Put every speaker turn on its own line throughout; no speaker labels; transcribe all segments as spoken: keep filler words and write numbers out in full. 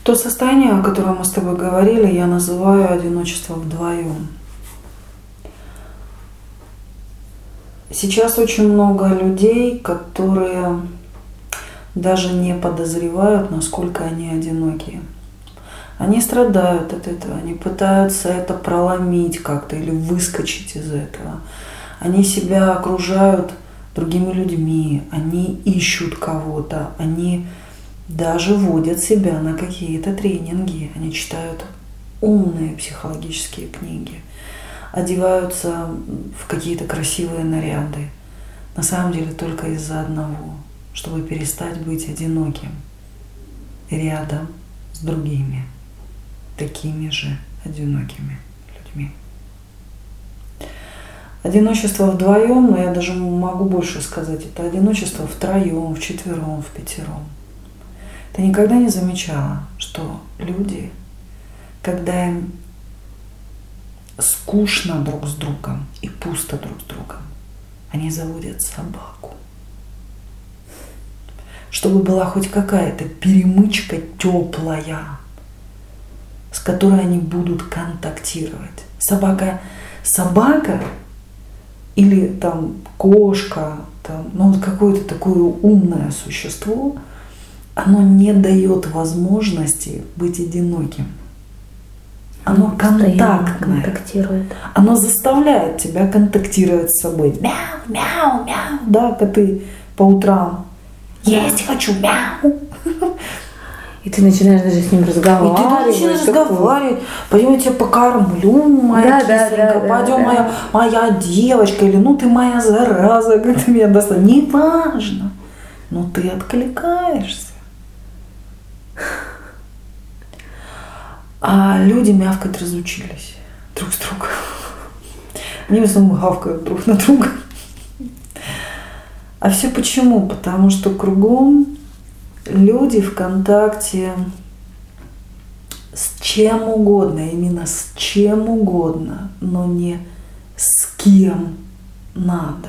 То состояние, о котором мы с тобой говорили, я называю одиночество вдвоем. Сейчас очень много людей, которые даже не подозревают, насколько они одинокие. Они страдают от этого, они пытаются это проломить как-то или выскочить из этого. Они себя окружают другими людьми, они ищут кого-то, они даже вводят себя на какие-то тренинги, они читают умные психологические книги, одеваются в какие-то красивые наряды. На самом деле только из-за одного, чтобы перестать быть одиноким рядом с другими, такими же одинокими людьми. Одиночество вдвоем, но я даже могу больше сказать, это одиночество втроем, вчетвером, впятером. Ты никогда не замечала, что люди, когда им скучно друг с другом и пусто друг с другом, они заводят собаку, чтобы была хоть какая-то перемычка теплая, с которой они будут контактировать. Собака, собака или там кошка, там, ну вот какое-то такое умное существо, оно не дает возможности быть одиноким. Оно контактное.
Контактирует.
Оно заставляет тебя контактировать с собой. Мяу, мяу, мяу. Да, коты по утрам. Есть хочу, мяу.
И ты начинаешь даже с ним разговаривать.
И ты начинаешь разговаривать. Пойдем, я тебя покормлю, моя
да,
кисонька.
Да, да,
Пойдем,
да.
моя, моя девочка. Или ну ты моя зараза, как ты меня достала. Неважно. Но ты откликаешься. А люди мявкать разучились друг с другом. Они в основном гавкают друг на друга. А все почему? Потому что кругом люди в контакте с чем угодно, именно с чем угодно, но не с кем надо.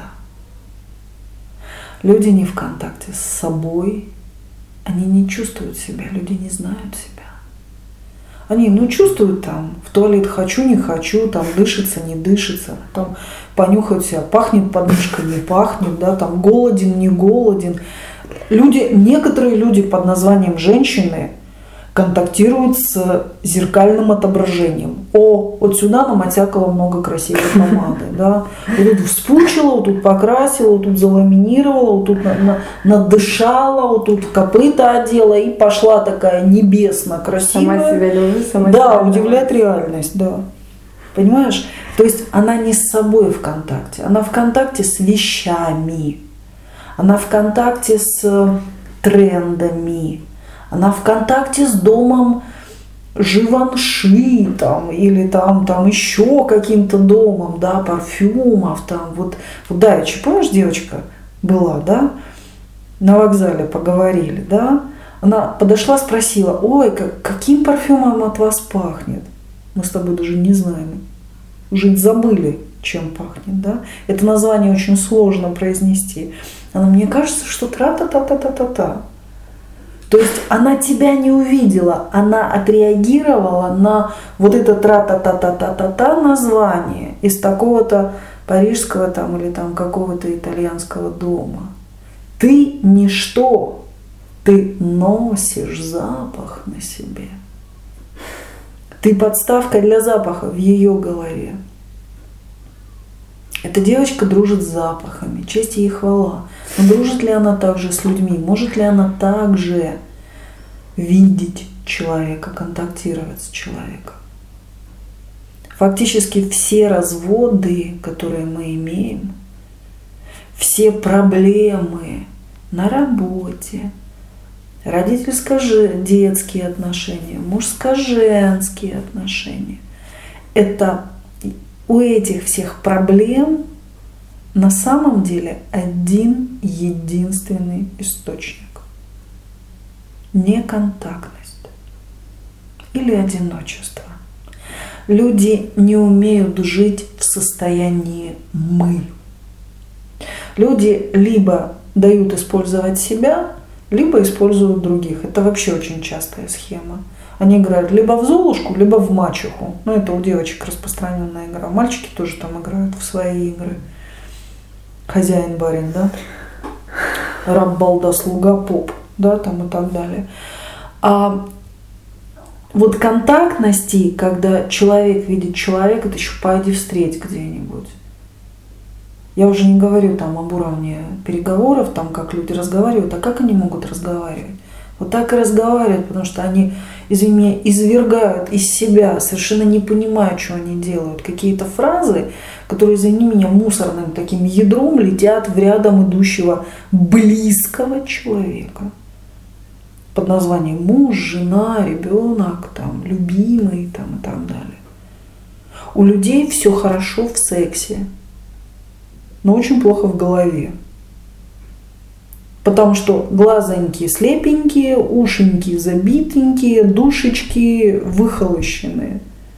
Люди не в контакте с собой, они не чувствуют себя, люди не знают себя. Они, ну, чувствуют там, в туалет хочу, не хочу, там, дышится, не дышится, там, понюхают себя, пахнет подмышкой, не пахнет, да, там, голоден, не голоден. Люди, некоторые люди под названием женщины контактируют с зеркальным отображением. О, вот сюда наматякала много красивой помады, да. Вот тут вспучила, вот тут покрасила, вот тут заламинировала, вот тут на, на, надышала, вот тут копыта одела и пошла такая небесно красивая.
Сама себя любит, сама
да,
себя
удивляет реальность, да. Понимаешь? То есть она не с собой в контакте, она в контакте с вещами, она в контакте с трендами, она в контакте с домом Живанши там, или там, там еще каким-то домом, да, парфюмов там. Вот, вот давеча, помнишь, девочка была, да, на вокзале поговорили, да, она подошла, спросила: ой, как, каким парфюмом от вас пахнет? Мы с тобой даже не знаем, уже забыли, чем пахнет, да. Это название очень сложно произнести. Она: мне кажется, что тра-та-та-та-та-та-та. То есть она тебя не увидела, она отреагировала на вот это тра-та-та-та-та-та-та название из такого-то парижского там или там какого-то итальянского дома. Ты ничто, ты носишь запах на себе. Ты подставка для запаха в ее голове. Эта девочка дружит с запахами, честь ей и хвала. Но дружит ли она также с людьми? Может ли она также видеть человека, контактировать с человеком? Фактически все разводы, которые мы имеем, все проблемы на работе, родительско-детские отношения, мужско-женские отношения, это у этих всех проблем на самом деле один единственный источник. Неконтактность или одиночество. Люди не умеют жить в состоянии «мы». Люди либо дают использовать себя, либо используют других. Это вообще очень частая схема. Они играют либо в Золушку, либо в мачеху. Ну, это у девочек распространенная игра. Мальчики тоже там играют в свои игры. Хозяин, барин, да? Раб, балда, слуга, поп, да, там и так далее. А вот контактности, когда человек видит человека, это еще пойди встреть где-нибудь. Я уже не говорю там об уровне переговоров, там как люди разговаривают, а как они могут разговаривать? Вот так и разговаривают, потому что они, извини меня, извергают из себя, совершенно не понимая, что они делают. Какие-то фразы, которые, извини меня, мусорным таким ядром летят в рядом идущего близкого человека. Под названием муж, жена, ребенок, там, любимый там, и так далее. У людей все хорошо в сексе, но очень плохо в голове. Потому что глазоньки слепенькие, ушеньки забитенькие, душечки выхолощенные.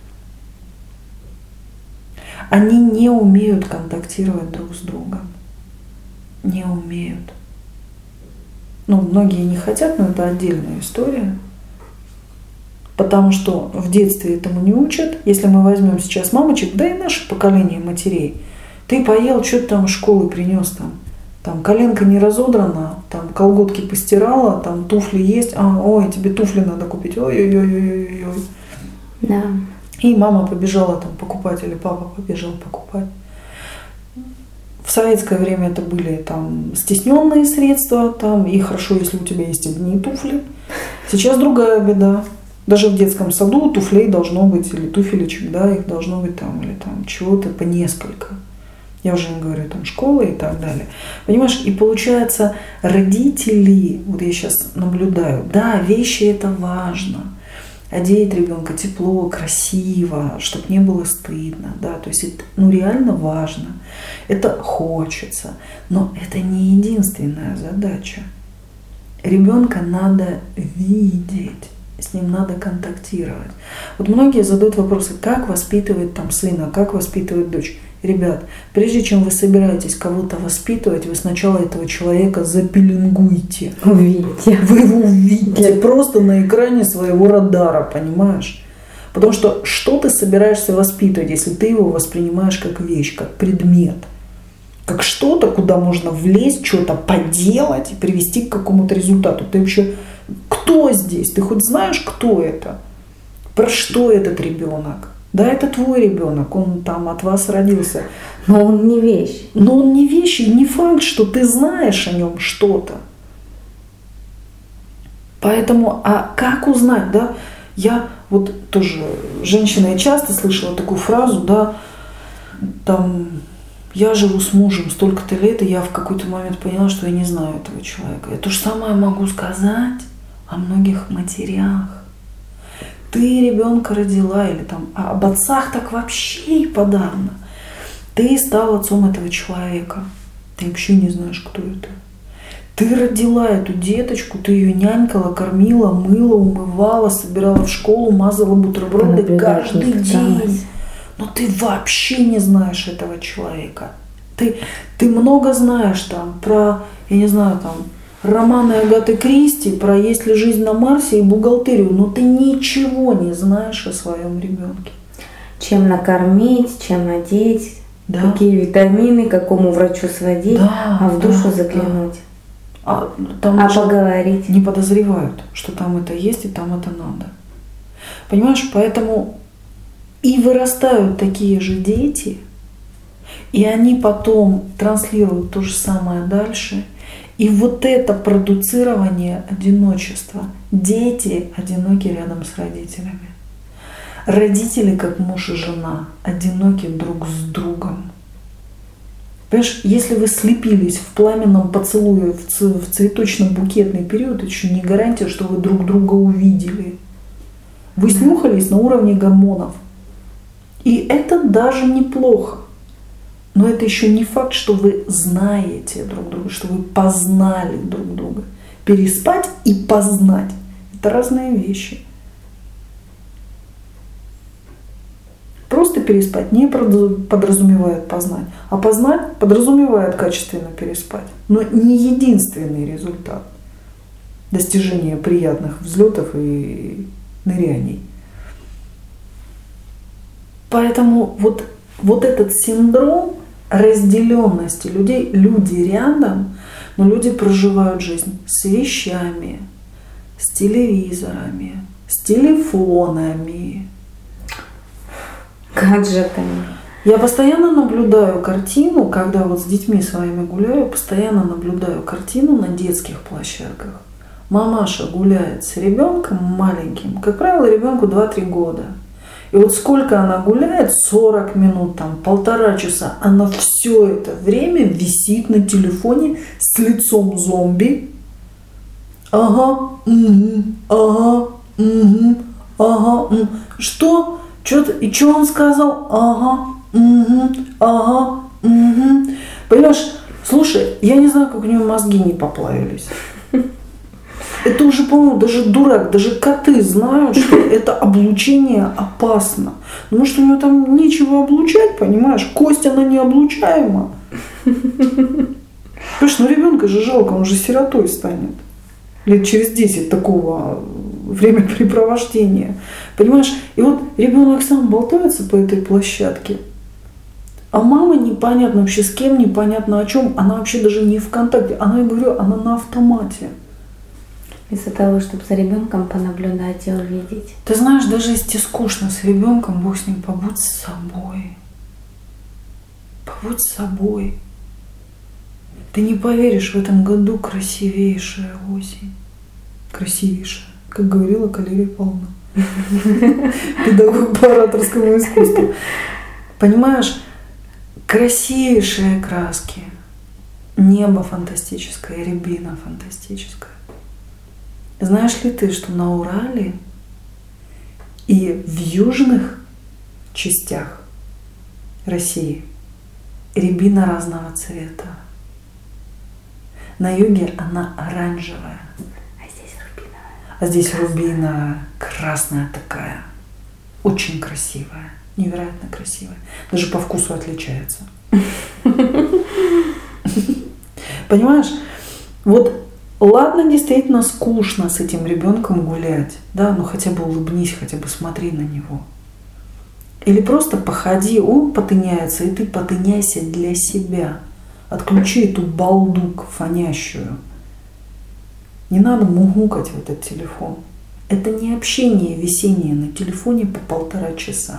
Они не умеют контактировать друг с другом. Не умеют. Ну, многие не хотят, но это отдельная история. Потому что в детстве этому не учат. Если мы возьмем сейчас мамочек, да и наше поколение матерей. Ты поел, что ты там из школы принес там? Там коленка не разодрана, там колготки постирала, там туфли есть. А, ой, тебе туфли надо купить. Ой-ой-ой-ой-ой.
Да.
И мама побежала там покупать, или папа побежал покупать. В советское время это были там стесненные средства, там, и хорошо, если у тебя есть одни туфли. Сейчас другая беда. Даже в детском саду туфлей должно быть, или туфелечек, да, их должно быть там, или там чего-то по несколько. Я уже не говорю, там, школы и так далее. Понимаешь, и получается, родители, вот я сейчас наблюдаю, да, вещи это важно. Одеть ребенка тепло, красиво, чтобы не было стыдно, да, то есть это, ну, реально важно. Это хочется, но это не единственная задача. Ребенка надо видеть, с ним надо контактировать. Вот многие задают вопросы, как воспитывать там сына, как воспитывать дочь. Ребят, прежде чем вы собираетесь кого-то воспитывать, вы сначала этого человека запеленгуйте.
Увидите.
Вы его увидите просто на экране своего радара, понимаешь? Потому что что ты собираешься воспитывать, если ты его воспринимаешь как вещь, как предмет? Как что-то, куда можно влезть, что-то поделать и привести к какому-то результату. Ты вообще кто здесь? Ты хоть знаешь, кто это? Про что этот ребенок? Да, это твой ребенок, он там от вас родился.
Но он не вещь.
Но он не вещь, и не факт, что ты знаешь о нем что-то. Поэтому, а как узнать, да? Я вот тоже, женщина, я часто слышала такую фразу, да, там, я живу с мужем столько-то лет, и я в какой-то момент поняла, что я не знаю этого человека. Я то же самое могу сказать о многих матерях. Ты ребенка родила, или там, а об отцах так вообще и подавно. Ты стал отцом этого человека. Ты вообще не знаешь, кто это. Ты родила эту деточку, ты ее нянькала, кормила, мыла, умывала, собирала в школу, мазала бутерброды каждый день. Но ты вообще не знаешь этого человека. Ты, ты много знаешь там про, я не знаю, там, романы Агаты Кристи, про «Есть ли жизнь на Марсе» и бухгалтерию, но ты ничего не знаешь о своем ребенке.
Чем накормить, чем одеть, да. Какие витамины, к какому врачу сводить, да, а в душу да, заглянуть. Да.
А, там
а поговорить.
Не подозревают, что там это есть и там это надо. Понимаешь, поэтому и вырастают такие же дети, и они потом транслируют то же самое дальше. И вот это продуцирование одиночества. Дети одиноки рядом с родителями. Родители, как муж и жена, одиноки друг с другом. Понимаешь, если вы слепились в пламенном поцелуе в цветочно-букетный период, это еще не гарантия, что вы друг друга увидели. Вы снюхались на уровне гормонов. И это даже неплохо. Но это еще не факт, что вы знаете друг друга, что вы познали друг друга. Переспать и познать – это разные вещи. Просто переспать не подразумевает познать, а познать подразумевает качественно переспать. Но не единственный результат. достижения приятных взлетов и ныряний. Поэтому вот, вот этот синдром разделенности людей, люди рядом, но люди проживают жизнь с вещами, с телевизорами, с телефонами,
гаджетами.
Я постоянно наблюдаю картину, когда вот с детьми своими гуляю, постоянно наблюдаю картину на детских площадках. Мамаша гуляет с ребенком маленьким, как правило, ребенку два-три года. И вот сколько она гуляет, сорок минут, там, полтора часа, она все это время висит на телефоне с лицом зомби. Ага, угу, ага, угу, ага. Угу. Что? Что-то, и что он сказал? Ага, угу, ага, угу. Понимаешь, слушай, я не знаю, как у него мозги не поплавились. Это уже, по-моему, даже дурак, даже коты знают, что это облучение опасно. Потому что у него там нечего облучать, понимаешь? Кость, она не облучаема. Понимаешь, ну ребенка же жалко, он же сиротой станет. Лет через десять такого времяпрепровождения. Понимаешь? И вот ребенок сам болтается по этой площадке. А мама непонятно вообще с кем, непонятно о чем. Она вообще даже не в контакте. Она, я говорю, она на автомате.
Из-за того, чтобы за ребенком понаблюдать и увидеть.
Ты знаешь, даже если тебе скучно с ребенком, Бог с ним, побудь с собой. Побудь с собой. Ты не поверишь, в этом году красивейшая осень. Красивейшая, как говорила Калерия Павловна, педагог по ораторскому искусству. Понимаешь, красивейшие краски. Небо фантастическое, рябина фантастическая. Знаешь ли ты, что на Урале и в южных частях России рябина разного цвета? На юге она оранжевая.
А здесь рубиновая.
А здесь рубиновая, красная такая. Очень красивая. Невероятно красивая. Даже по вкусу отличается. Понимаешь? Вот ладно, действительно скучно с этим ребенком гулять. Да, ну хотя бы улыбнись, хотя бы смотри на него. Или просто походи, он потыняется, и ты потыняйся для себя. Отключи эту балду фонящую. Не надо мугукать в этот телефон. Это не общение висение на телефоне по полтора часа.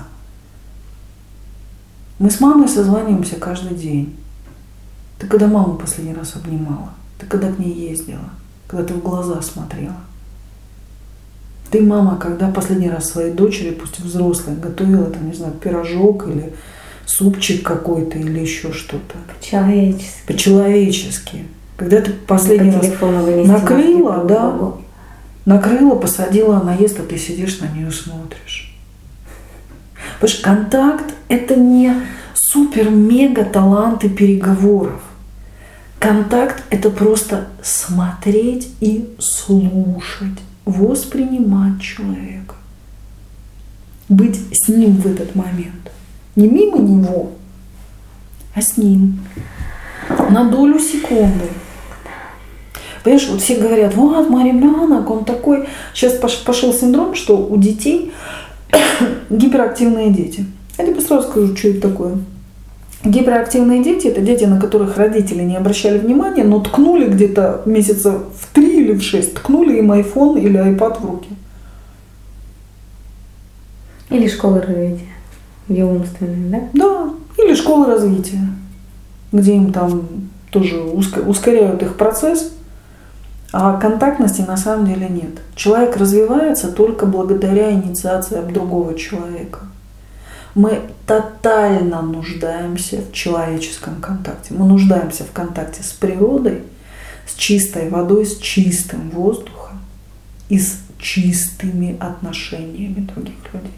Мы с мамой созваниваемся каждый день. Ты когда маму последний раз обнимала? Ты когда к ней ездила? Когда ты в глаза смотрела? Ты, мама, когда последний раз своей дочери, пусть взрослой, готовила, там, не знаю, пирожок или супчик какой-то или еще что-то?
По-человечески.
По-человечески. Когда ты последний
По
раз накрыла, да, накрыла, посадила, она ест, а ты сидишь на нее смотришь. Потому что контакт – это не супер-мега таланты переговоров. Контакт – это просто смотреть и слушать, воспринимать человека. Быть с ним в этот момент. Не мимо него, а с ним. На долю секунды. Понимаешь, вот все говорят, вот мой ребенок, он такой. Сейчас пошел синдром, что у детей гиперактивные дети. Я тебе сразу скажу, что это такое. Гиперактивные дети – это дети, на которых родители не обращали внимания, но ткнули где-то месяца в три или в шесть, ткнули им айфон или айпад в руки.
Или школа развития, где умственные, да?
Да, или школа развития, где им там тоже ускоряют их процесс, а контактности на самом деле нет. Человек развивается только благодаря инициации от другого человека. Мы тотально нуждаемся в человеческом контакте. Мы нуждаемся в контакте с природой, с чистой водой, с чистым воздухом и с чистыми отношениями других людей.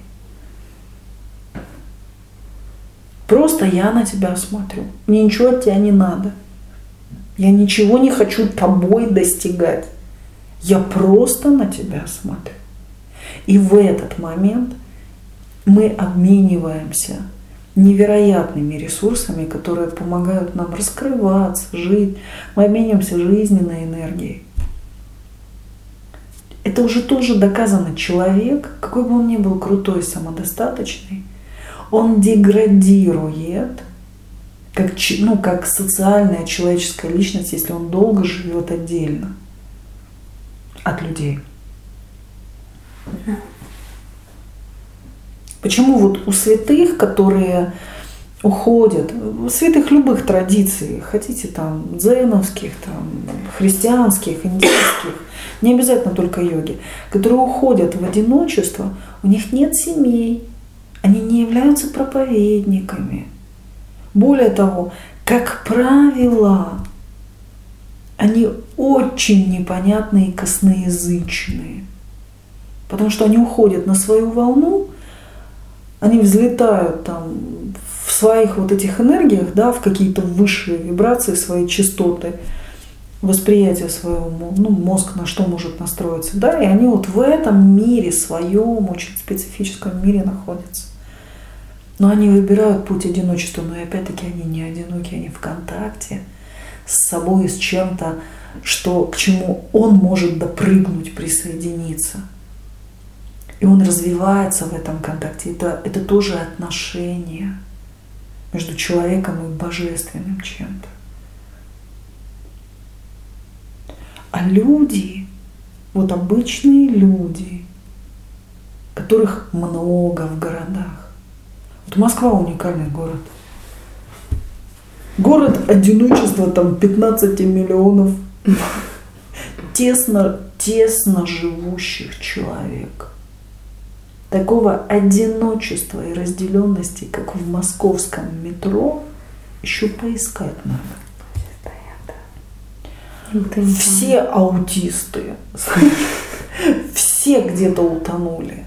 Просто я на тебя смотрю. Мне ничего от тебя не надо. Я ничего не хочу тобой достигать. Я просто на тебя смотрю. И в этот момент мы обмениваемся невероятными ресурсами, которые помогают нам раскрываться, жить. Мы обмениваемся жизненной энергией. это уже тоже доказанный человек, какой бы он ни был крутой, самодостаточный, он деградирует как, ну, как социальная человеческая личность, если он долго живет отдельно от людей. Почему вот у святых, которые уходят, святых любых традиций, хотите там дзеновских, там, христианских, индийских, не обязательно только йоги, которые уходят в одиночество, у них нет семей, они не являются проповедниками. Более того, как правило, они очень непонятные и косноязычные, потому что они уходят на свою волну, они взлетают там в своих вот этих энергиях, да, в какие-то высшие вибрации, свои частоты, восприятие своего, ну, мозг на что может настроиться, да, и они вот в этом мире своем, очень специфическом мире находятся. Но они выбирают путь одиночества, но и опять-таки они не одиноки, они в контакте с собой, с чем-то, что, к чему он может допрыгнуть, присоединиться. И он развивается в этом контакте. Это, это тоже отношения между человеком и божественным чем-то. А люди, вот обычные люди, которых много в городах. Вот Москва уникальный город. Город одиночества там пятнадцать миллионов тесно, тесно живущих человек. Такого одиночества и разделенности, как в московском метро, еще поискать надо. Все аутисты, все где-то утонули.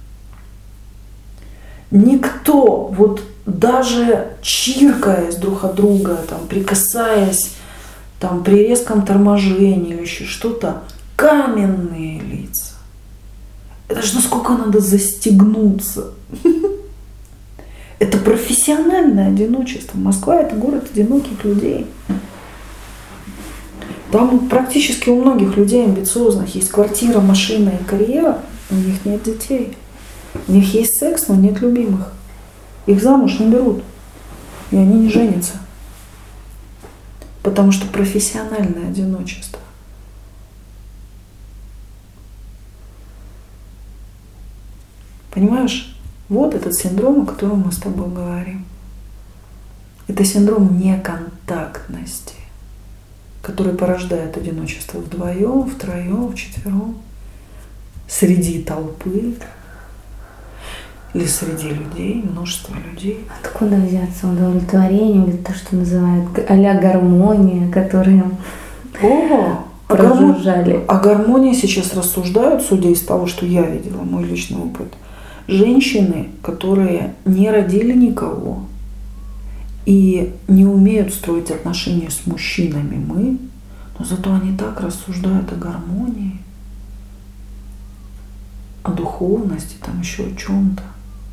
Никто, вот даже чиркаясь друг от друга, там, прикасаясь там, при резком торможении или еще что-то, каменные лица. Это же насколько надо застегнуться. Это профессиональное одиночество. Москва – это город одиноких людей. Там практически у многих людей амбициозных есть квартира, машина и карьера, у них нет детей. У них есть секс, но нет любимых. Их замуж не берут. И они не женятся. Потому что профессиональное одиночество. Понимаешь? Вот этот синдром, о котором мы с тобой говорим. Это синдром неконтактности, который порождает одиночество вдвоем, втроем, вчетвером, среди толпы или среди людей, множество людей.
Откуда взяться удовлетворение или то, что называют а-ля гармония, которую
О,
прожужжали?
О гармонии сейчас рассуждают, судя из того, что я видела, мой личный опыт. Женщины, которые не родили никого и не умеют строить отношения с мужчинами, мы, но зато они так рассуждают о гармонии, о духовности, там еще о чем-то.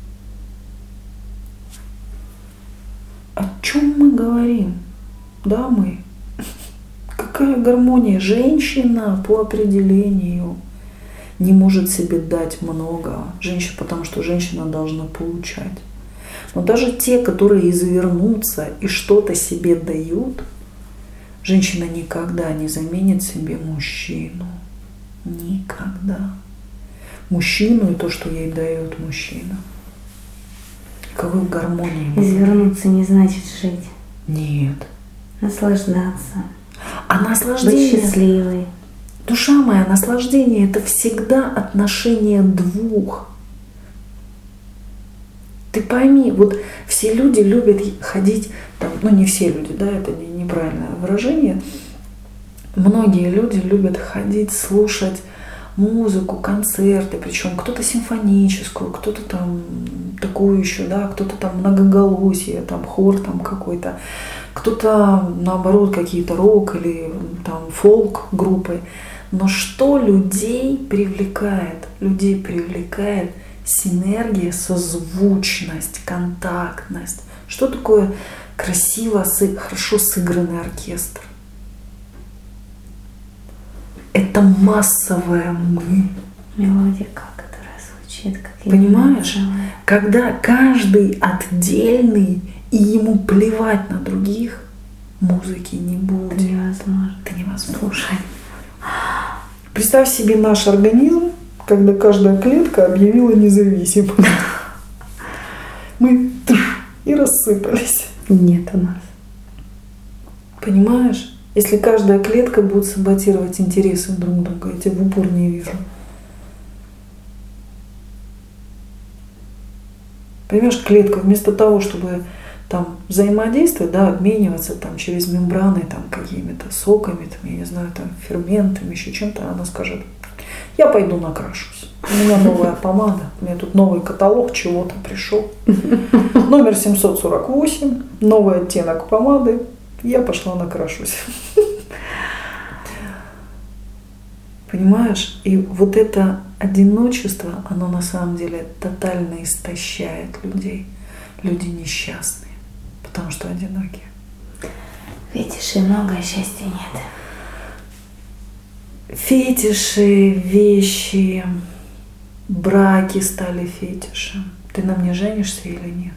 О чем мы говорим? Да, мы. Какая гармония? Женщина по определению не может себе дать много. Женщина, потому что женщина должна получать. Но даже те, которые извернутся и что-то себе дают, женщина никогда не заменит себе мужчину. Никогда. Мужчину и то, что ей дает мужчина. Какой гармонии.
Извернуться не значит жить.
Нет.
Наслаждаться.
А наслаждение...
Быть счастливой.
Душа моя, наслаждение – это всегда отношение двух. Ты пойми, вот все люди любят ходить, там, ну не все люди, да, это не, неправильное выражение. Многие люди любят ходить, слушать музыку, концерты, причем кто-то симфоническую, кто-то там такую еще, да, кто-то там многоголосие, там хор там какой-то, кто-то наоборот какие-то рок или там фолк группы. Но что людей привлекает? Людей привлекает синергия, созвучность, контактность. Что такое красиво, хорошо сыгранный оркестр? Это массовое мы.
Мелодика, которая звучит, как
понимаешь? Когда каждый отдельный, и ему плевать на других, музыки не будет.
Это невозможно.
Это невозможно. Представь себе наш организм, когда каждая клетка объявила независимость. Мы и рассыпались.
Нет у нас.
Понимаешь? Если каждая клетка будет саботировать интересы друг друга, я тебя в упор не вижу. Понимаешь, клетка вместо того, чтобы там взаимодействовать, да, обмениваться там через мембраны там какими-то соками, там, я не знаю, там ферментами, еще чем-то, она скажет: я пойду накрашусь. У меня новая помада, у меня тут новый каталог чего-то пришел. Номер семьсот сорок восемь, новый оттенок помады. Я пошла накрашусь. Понимаешь? И вот это одиночество, оно на самом деле тотально истощает людей. Люди несчастные, потому что одинокие.
Фетишей много, а счастья нет.
Фетиши, вещи, браки стали фетишем. Ты на мне женишься или нет?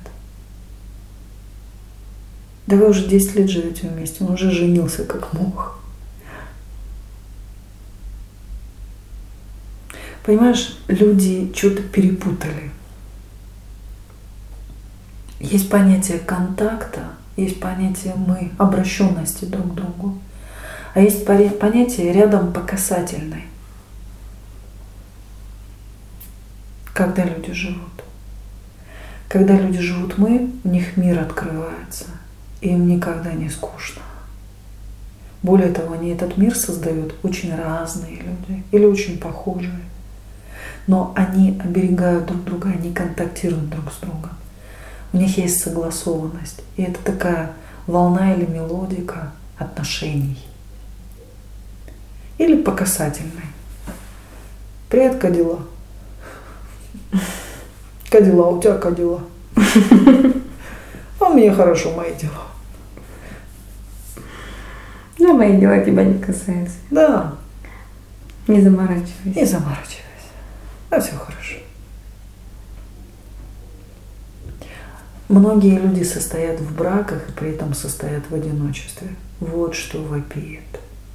Да вы уже десять лет живете вместе, он уже женился как мог. Понимаешь, люди что-то перепутали. Есть понятие контакта, есть понятие мы, обращенности друг к другу. А есть понятие рядом по касательной. Когда люди живут. Когда люди живут мы, у них мир открывается. И им никогда не скучно. Более того, они этот мир создают очень разные люди или очень похожие. Но они оберегают друг друга, они контактируют друг с другом. У них есть согласованность. И это такая волна или мелодика отношений. Или по касательной. Привет, Кадила. Кадила, у тебя Кадила. А мне хорошо, мои дела.
Ну, мои дела тебя не касаются.
Да.
Не заморачивайся.
Не заморачивайся. А все хорошо. Многие люди состоят в браках и при этом состоят в одиночестве. Вот что вопиет.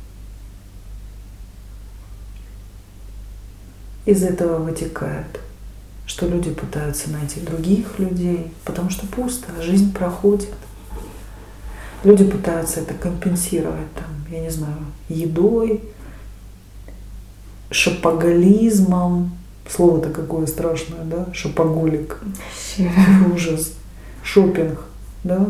Из этого вытекает, что люди пытаются найти других людей, потому что пусто, жизнь проходит. Люди пытаются это компенсировать, там, я не знаю, едой, шопоголизмом. Слово-то какое страшное, да? Шопоголик. Ужас. Шопинг, да?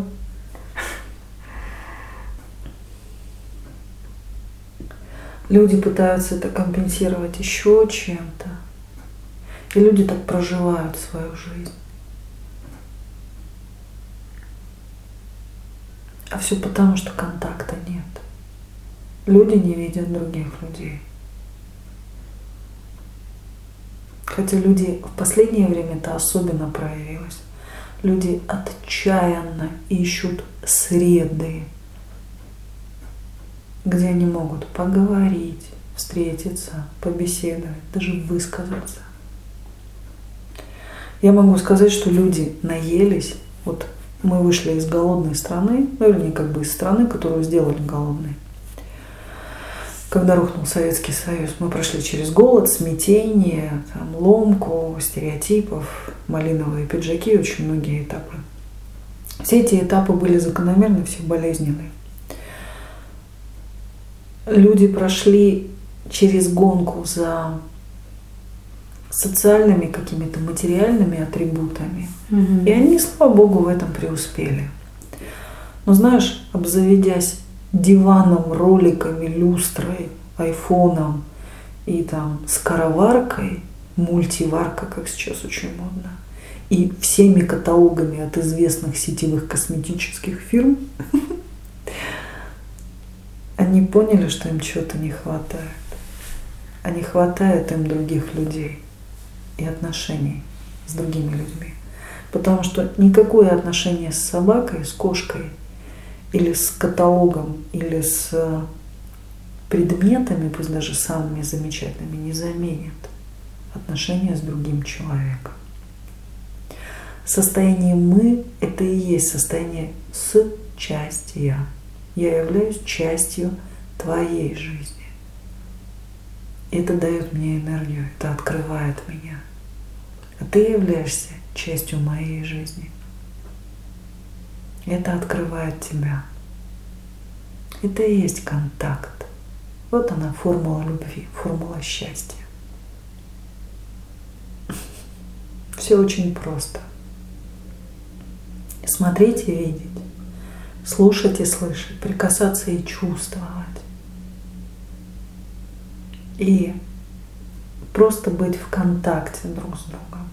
Люди пытаются это компенсировать еще чем-то. И люди так проживают свою жизнь. А все потому, что контакта нет. Люди не видят других людей. Хотя люди в последнее время это особенно проявилось. Люди отчаянно ищут среды, где они могут поговорить, встретиться, побеседовать, даже высказаться. Я могу сказать, что люди наелись. Вот мы вышли из голодной страны, ну, вернее, как бы из страны, которую сделали голодной. Когда рухнул Советский Союз, мы прошли через голод, смятение, там, ломку стереотипов, малиновые пиджаки, очень многие этапы. Все эти этапы были закономерны, все болезненные. Люди прошли через гонку за социальными какими-то материальными атрибутами, угу. И они, слава богу, в этом преуспели. Но знаешь, обзаведясь диваном, роликами, люстрой, айфоном и там скороваркой, мультиварка, как сейчас очень модно, и всеми каталогами от известных сетевых косметических фирм, они поняли, что им чего-то не хватает. А не хватает им других людей и отношений с другими людьми. Потому что никакое отношение с собакой, с кошкой, или с каталогом, или с предметами, пусть даже самыми замечательными, не заменит отношения с другим человеком. Состояние «мы» — это и есть состояние счастья. Я являюсь частью твоей жизни. Это дает мне энергию, это открывает меня. А ты являешься частью моей жизни. Это открывает тебя. Это и есть контакт. Вот она, формула любви, формула счастья. Все очень просто. Смотреть и видеть, слушать и слышать, прикасаться и чувствовать. И просто быть в контакте друг с другом.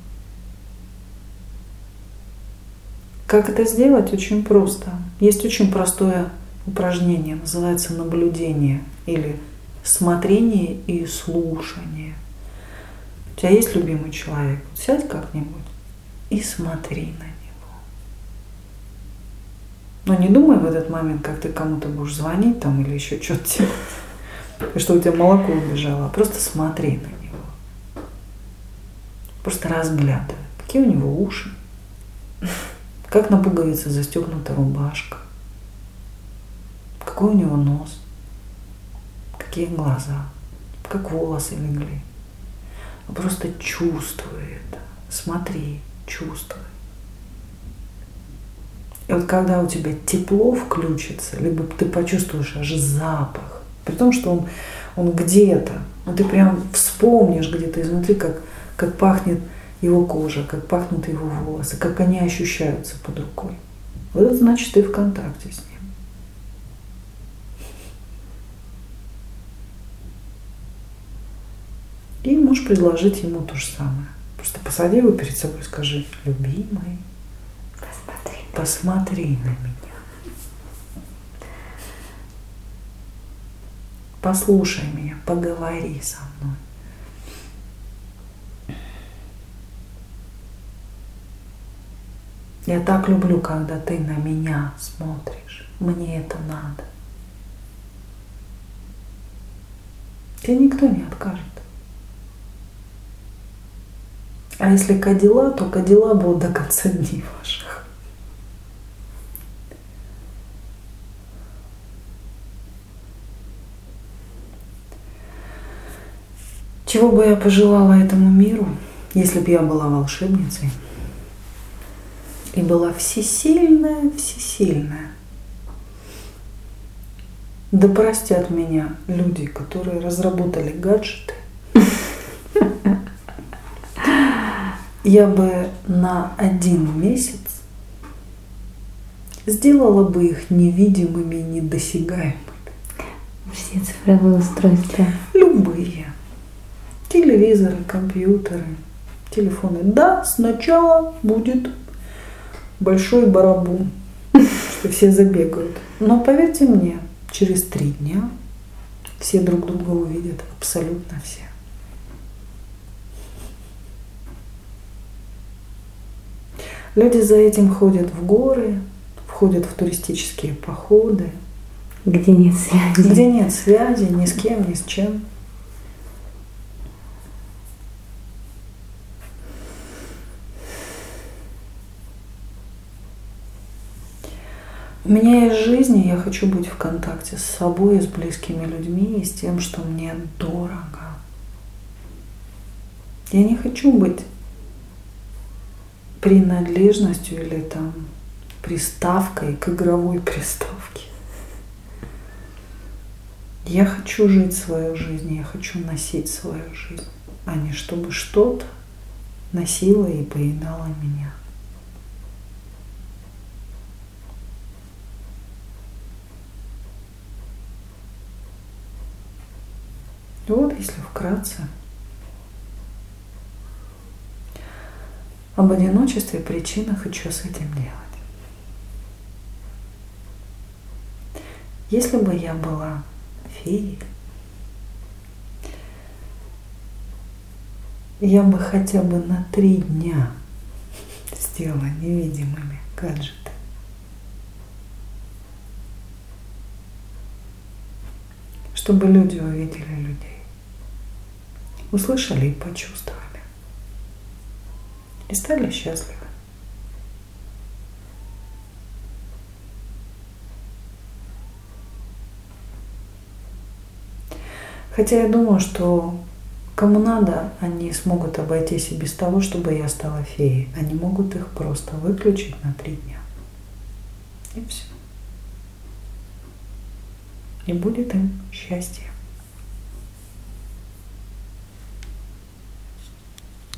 Как это сделать? Очень просто. Есть очень простое упражнение, называется наблюдение или смотрение и слушание. У тебя есть любимый человек? Сядь как-нибудь и смотри на него. Но не думай в этот момент, как ты кому-то будешь звонить там или еще что-то делать, и что у тебя молоко убежало. Просто смотри на него. Просто разглядывай, какие у него уши, как на пуговице застегнута рубашка, какой у него нос, какие глаза, как волосы легли. Просто чувствуй это. Смотри, чувствуй. И вот когда у тебя тепло включится, либо ты почувствуешь аж запах, при том, что он, он где-то, но ты прям вспомнишь где-то изнутри, как, как пахнет его кожа, как пахнут его волосы, как они ощущаются под рукой. Вот это значит, ты в контакте с ним. И можешь предложить ему то же самое. Просто посади его перед собой и скажи: любимый,
Посмотри.
посмотри на меня. Послушай меня, поговори со мной. Я так люблю, когда ты на меня смотришь. Мне это надо. Тебе никто не откажет. А если кадила, то кадила будут до конца дней ваших. Чего бы я пожелала этому миру, если бы я была волшебницей и была всесильная, всесильная? Да простят меня люди, которые разработали гаджеты. Я бы на один месяц сделала бы их невидимыми и недосягаемыми.
Все цифровые устройства.
Любые. Телевизоры, компьютеры, телефоны. Да, сначала будет большой барабум, что все забегают. Но поверьте мне, через три дня все друг друга увидят, абсолютно все. Люди за этим ходят в горы, входят в туристические походы.
Где нет связи.
Где нет связи ни с кем, ни с чем. У меня есть жизнь, и я хочу быть в контакте с собой, с близкими людьми и с тем, что мне дорого. Я не хочу быть принадлежностью или там приставкой к игровой приставке. Я хочу жить свою жизнь, я хочу носить свою жизнь, а не чтобы что-то носило и поедало меня. Вот, если вкратце, об одиночестве, причинах и что с этим делать. Если бы я была феей, я бы хотя бы на три дня сделала невидимыми гаджеты. чтобы люди увидели людей, услышали и почувствовали, и стали счастливы. Хотя я думаю, что кому надо, они смогут обойтись и без того, чтобы я стала феей. Они могут их просто выключить на три дня. И все. И будет им счастье.